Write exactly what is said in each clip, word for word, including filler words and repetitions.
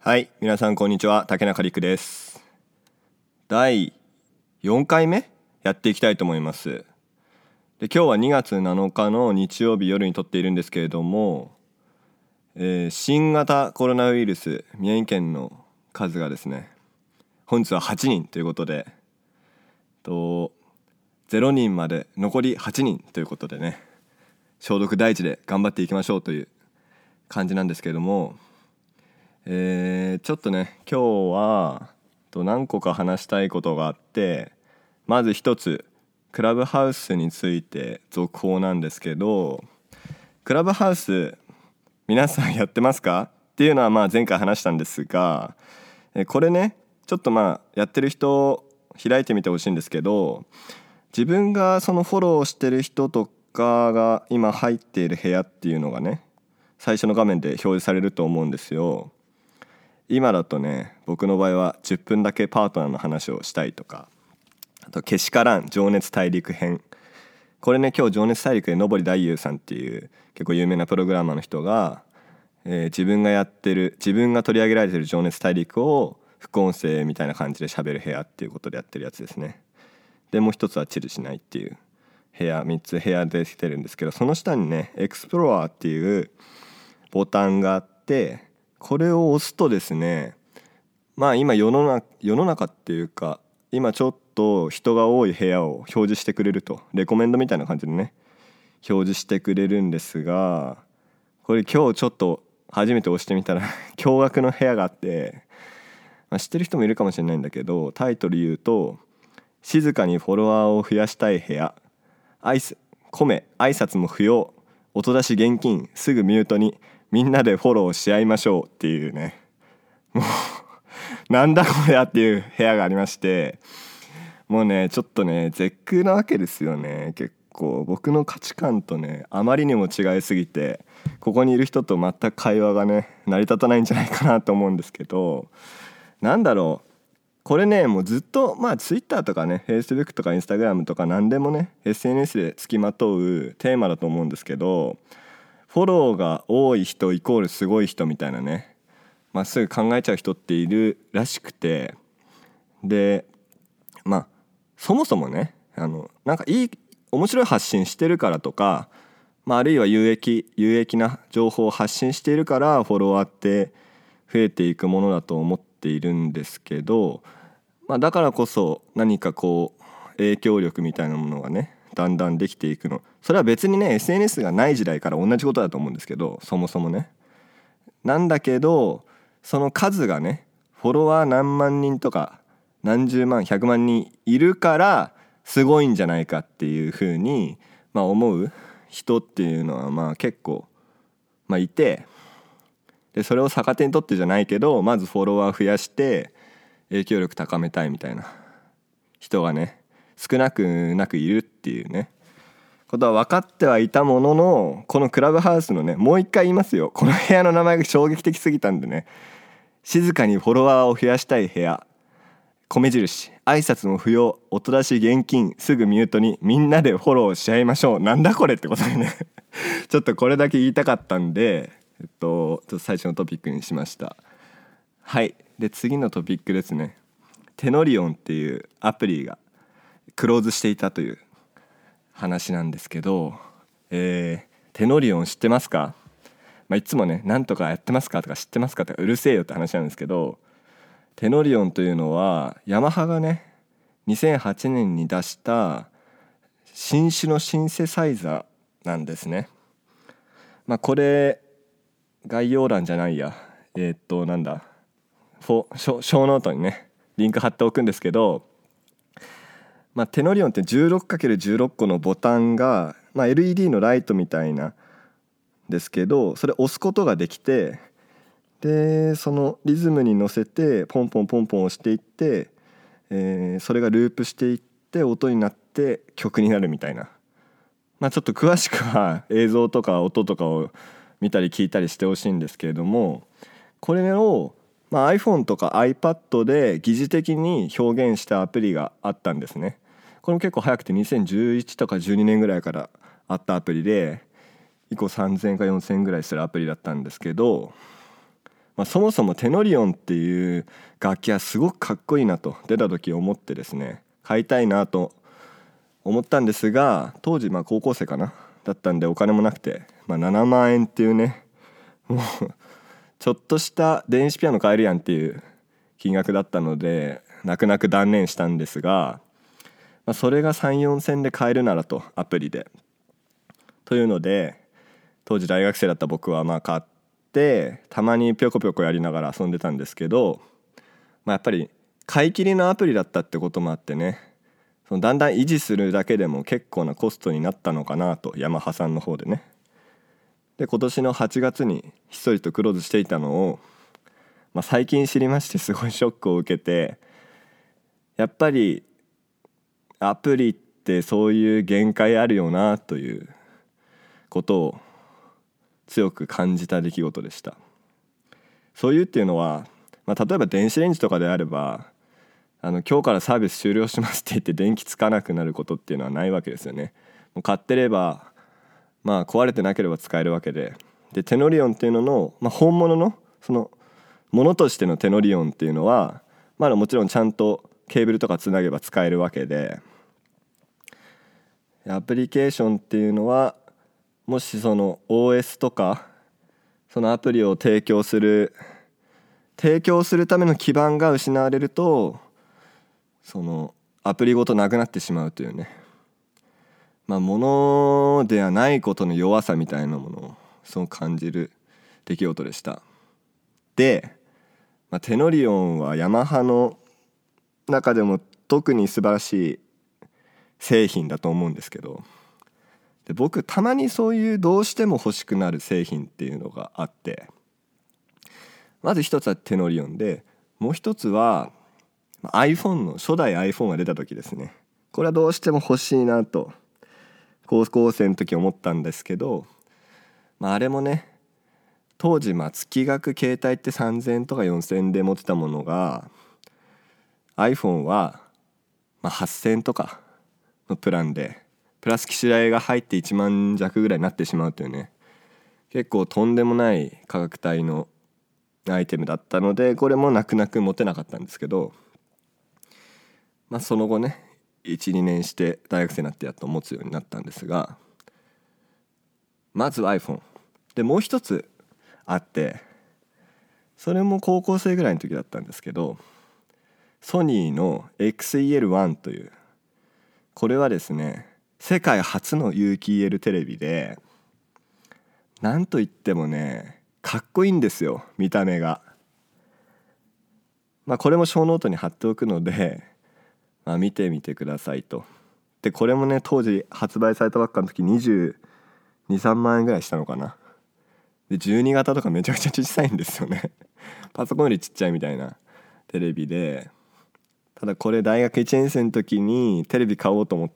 はい、皆さんこんにちは。竹中陸です。だいよんかいめやっていきたいと思います。で、今日はにがつなのかの日曜日夜に撮っているんですけれども、えー新型コロナウイルス宮城県の数がですね、本日ははちにんということで、とゼロにんまで残りはちにんということでね、消毒第一で頑張っていきましょうという感じなんですけれども、えーちょっとね今日はと何個か話したいことがあって、まず一つクラブハウスについて続報なんですけど、クラブハウス皆さんやってますかっていうのはまあ前回話したんですが、えこれねちょっとまあやってる人開いてみてほしいんですけど、自分がそのフォローしてる人とかが今入っている部屋っていうのがね、最初の画面で表示されると思うんですよ。今だとね、僕の場合はじゅっぷんだけパートナーの話をしたいとか、あとけしからん情熱大陸編、これね今日情熱大陸で登大優さんっていう結構有名なプログラマーの人が、えー自分がやってる自分が取り上げられてる情熱大陸を副音声みたいな感じで喋る部屋っていうことでやってるやつですね。でもう一つはチルしないっていう部屋、みっつ部屋で来てるんですけど、その下にねエクスプロアっていうボタンがあって、これを押すとですね、まあ今世の中、世の中っていうか今ちょっと人が多い部屋を表示してくれると、レコメンドみたいな感じでね表示してくれるんですが、これ今日ちょっと初めて押してみたら驚愕の部屋があって、まあ、知ってる人もいるかもしれないんだけど、タイトル言うと静かにフォロワーを増やしたい部屋、アイス米挨拶も不要、音出し現金すぐミュートにみんなでフォローし合いましょうっていうね、もうなんだこれやっていう部屋がありまして、もうねちょっとね絶句なわけですよね。結構僕の価値観とねあまりにも違いすぎて、ここにいる人と全く会話がね成り立たないんじゃないかなと思うんですけど、なんだろう、これねもうずっとまあ Twitter とかね Facebook とか Instagram とか何でもね エスエヌエス で付きまとうテーマだと思うんですけど、フォローが多い人イコールすごい人みたいなね、まあ、すぐ考えちゃう人っているらしくて、でまあそもそもね、あのなんかいい面白い発信してるからとか、まあ、あるいは有益有益な情報を発信しているからフォロワーって増えていくものだと思っているんですけど、まあ、だからこそ何かこう影響力みたいなものがねだんだんできていくの、それは別にね エスエヌエス がない時代から同じことだと思うんですけど、そもそもねなんだけど、その数がねフォロワー何万人とか何十万ひゃくまん人いるからすごいんじゃないかっていうふうに、まあ、思う人っていうのはまあ結構、まあ、いて、でそれを逆手にとってじゃないけど、まずフォロワー増やして影響力高めたいみたいな人がね少なくなくいるっていうねことは分かってはいたものの、このクラブハウスのね、もう一回言いますよ、この部屋の名前が衝撃的すぎたんでね、静かにフォロワーを増やしたい部屋、米印挨拶も不要、音出し現金すぐミュートにみんなでフォローし合いましょう、なんだこれってことでねちょっとこれだけ言いたかったんで、えっと、ちょっと最初のトピックにしました。はい。で次のトピックですね。テノリオンっていうアプリがクローズしていたという話なんですけど、えー、テノリオン知ってますか？まあ、いつもねなんとかやってますかとか知ってますかとかうるせえよって話なんですけど、テノリオンというのはヤマハがねにせんはちねんに出した新種のシンセサイザーなんですね。まあこれ概要欄じゃないやえー、っとなんだフォショショーノートにねリンク貼っておくんですけど、まあ、テノリオンって じゅうろくかけるじゅうろっ 個のボタンが、まあ、エルイーディー のライトみたいなですけど、それ押すことができて、でそのリズムに乗せてポンポンポンポン押していって、えー、それがループしていって音になって曲になるみたいな、まあ、ちょっと詳しくは映像とか音とかを見たり聞いたりしてほしいんですけれども、これを、まあ、iPhone とか iPad で疑似的に表現したアプリがあったんですね。これも結構早くてにせんじゅういちとかじゅうにねんぐらいからあったアプリで、以降さんぜんえんかよんせんえんぐらいするアプリだったんですけど、 まあ、そもそもテノリオンっていう楽器はすごくかっこいいなと出た時思ってですね、買いたいなと思ったんですが、当時まあ高校生かなだったんでお金もなくて、まあ、ななまんえんっていうね、もうちょっとした電子ピアノ買えるやんっていう金額だったので泣く泣く断念したんですが、まあ、それがさん、よんせんで買えるならと、アプリでというので、当時大学生だった僕はまあ買って、たまにぴょこぴょこやりながら遊んでたんですけど、まあ、やっぱり買い切りのアプリだったってこともあってね、そのだんだん維持するだけでも結構なコストになったのかなと、ヤマハさんの方でね。で今年のはちがつにひっそりとクローズしていたのを、まあ、最近知りまして、すごいショックを受けて、やっぱりアプリってそういう限界あるよなということを強く感じた出来事でした。そういうっていうのは、まあ、例えば電子レンジとかであれば、あの今日からサービス終了しますって言って電気つかなくなることっていうのはないわけですよね。もう買ってれば、まあ壊れてなければ使えるわけで、でテノリオンっていうのの、まあ、本物のそのものとしてのテノリオンっていうのは、まだもちろんちゃんとケーブルとかつなげば使えるわけで、アプリケーションっていうのは、もしその オーエス とかそのアプリを提供する提供するための基盤が失われると、そのアプリごとなくなってしまうというね、まあものではないことの弱さみたいなものをそう感じる出来事でした。で、まあ、テノリオンはヤマハの中でも特に素晴らしい製品だと思うんですけど、で僕たまにそういうどうしても欲しくなる製品っていうのがあって、まず一つはテノリオンで、もう一つは iPhone の初代 iPhone が出た時ですね。これはどうしても欲しいなと高校生の時思ったんですけど、まあ、あれもね、当時まあ月額携帯ってさんぜんえんとかよんせんえんで持ってたものが iPhone はまあはっせんえんとかのプランでプラス機種代が入っていちまん弱ぐらいになってしまうというね、結構とんでもない価格帯のアイテムだったので、これも泣く泣く持てなかったんですけど、まあその後ね いち、にねんして大学生になってやっと持つようになったんですが、まず iPhone で、もう一つあって、それも高校生ぐらいの時だったんですけど、ソニーの エックスイーエルワン という、これはですね世界初の有機 イーエル テレビで、なんといってもねかっこいいんですよ、見た目が。まあこれも小ノートに貼っておくので、まあ、見てみてくださいと。でこれもね当時発売されたばっかの時にじゅうに、さんまんえんぐらいしたのかな。でじゅうに型とかめちゃくちゃ小さいんですよねパソコンよりちっちゃいみたいなテレビで、ただこれ大学いちねん生の時にテレビ買おうと思って、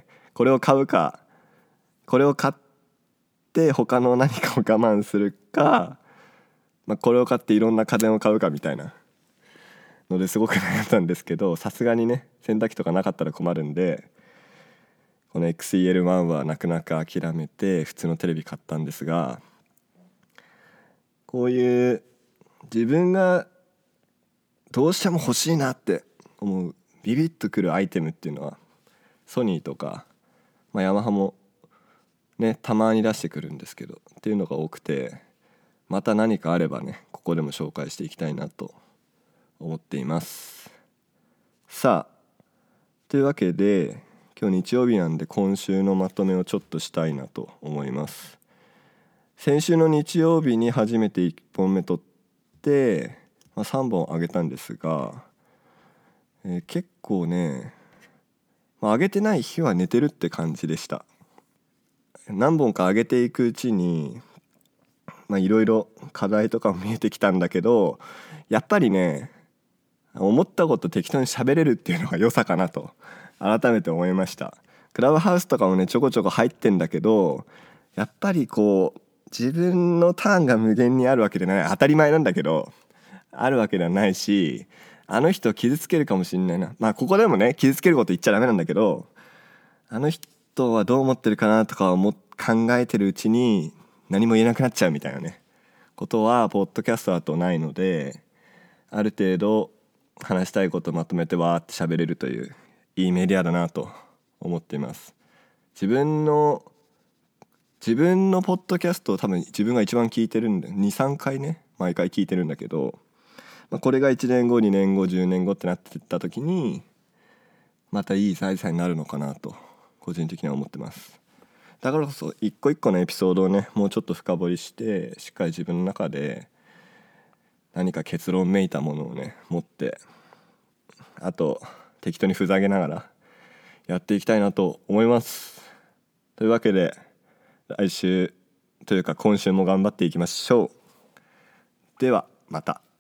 これを買うかこれを買って他の何かを我慢するか、まあ、これを買っていろんな家電を買うかみたいなのですごく悩んだんですけど、さすがにね洗濯機とかなかったら困るんで、この エックスイーエルワン は泣く泣く諦めて普通のテレビ買ったんですが、こういう自分がどうしても欲しいなって思うビビッとくるアイテムっていうのは、ソニーとか、まあ、ヤマハもねたまに出してくるんですけどっていうのが多くて、また何かあればねここでも紹介していきたいなと思っています。さあというわけで、今日日曜日なんで今週のまとめをちょっとしたいなと思います。先週の日曜日に初めていっぽんめ撮って、まあ、さんぼん上げたんですが、えー、結構ね、まあ、上げてない日は寝てるって感じでした。何本か上げていくうちにいろいろ課題とかも見えてきたんだけど、やっぱりね思ったこと適当に喋れるっていうのが良さかなと改めて思いました。クラブハウスとかもねちょこちょこ入ってんだけど、やっぱりこう自分のターンが無限にあるわけでない、当たり前なんだけどあるわけではないし、あの人を傷つけるかもしれないな、まあここでもね傷つけること言っちゃダメなんだけど、あの人はどう思ってるかなとか思考えてるうちに何も言えなくなっちゃうみたいなねこことはポッドキャストだとないので、ある程度話したいことをまとめてわーって喋れるといういいメディアだなと思っています。自分の自分のポッドキャストを多分自分が一番聞いてるんで にさんかいね毎回聞いてるんだけど、まあ、これがいちねんごにねんごじゅうねんごってなってった時にまたいい財産になるのかなと個人的には思ってます。だからこそ一個一個のエピソードをねもうちょっと深掘りしてしっかり自分の中で何か結論めいたものをね持って、あと適当にふざけながらやっていきたいなと思います。というわけで来週というか今週も頑張っていきましょう。ではまた。